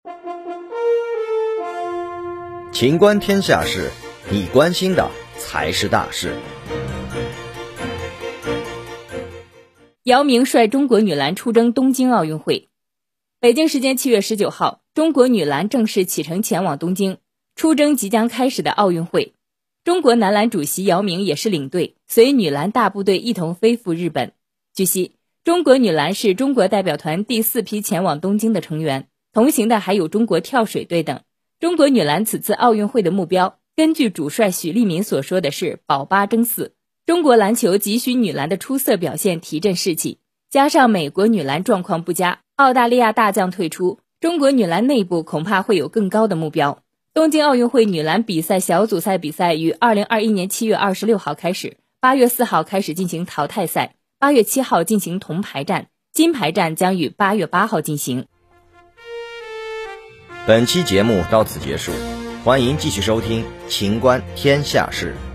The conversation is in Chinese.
情观天下事，你关心的才是大事。 姚明率中国女篮出征东京奥运会。北京时间7月19号，中国女篮正式启程前往东京，出征即将开始的奥运会。中国男篮主席姚明也是领队，随女篮大部队一同飞赴日本。据悉，中国女篮是中国代表团第4批前往东京的成员，同行的还有中国跳水队等。中国女篮此次奥运会的目标，根据主帅许利民所说的是保8争4。中国篮球急需女篮的出色表现提振士气，加上美国女篮状况不佳，澳大利亚大将退出，中国女篮内部恐怕会有更高的目标。东京奥运会女篮比赛小组赛比赛于2021年7月26号开始，8月4号开始进行淘汰赛，8月7号进行铜牌战，金牌战将于8月8号进行。 本期节目到此结束，欢迎继续收听《情观天下事》。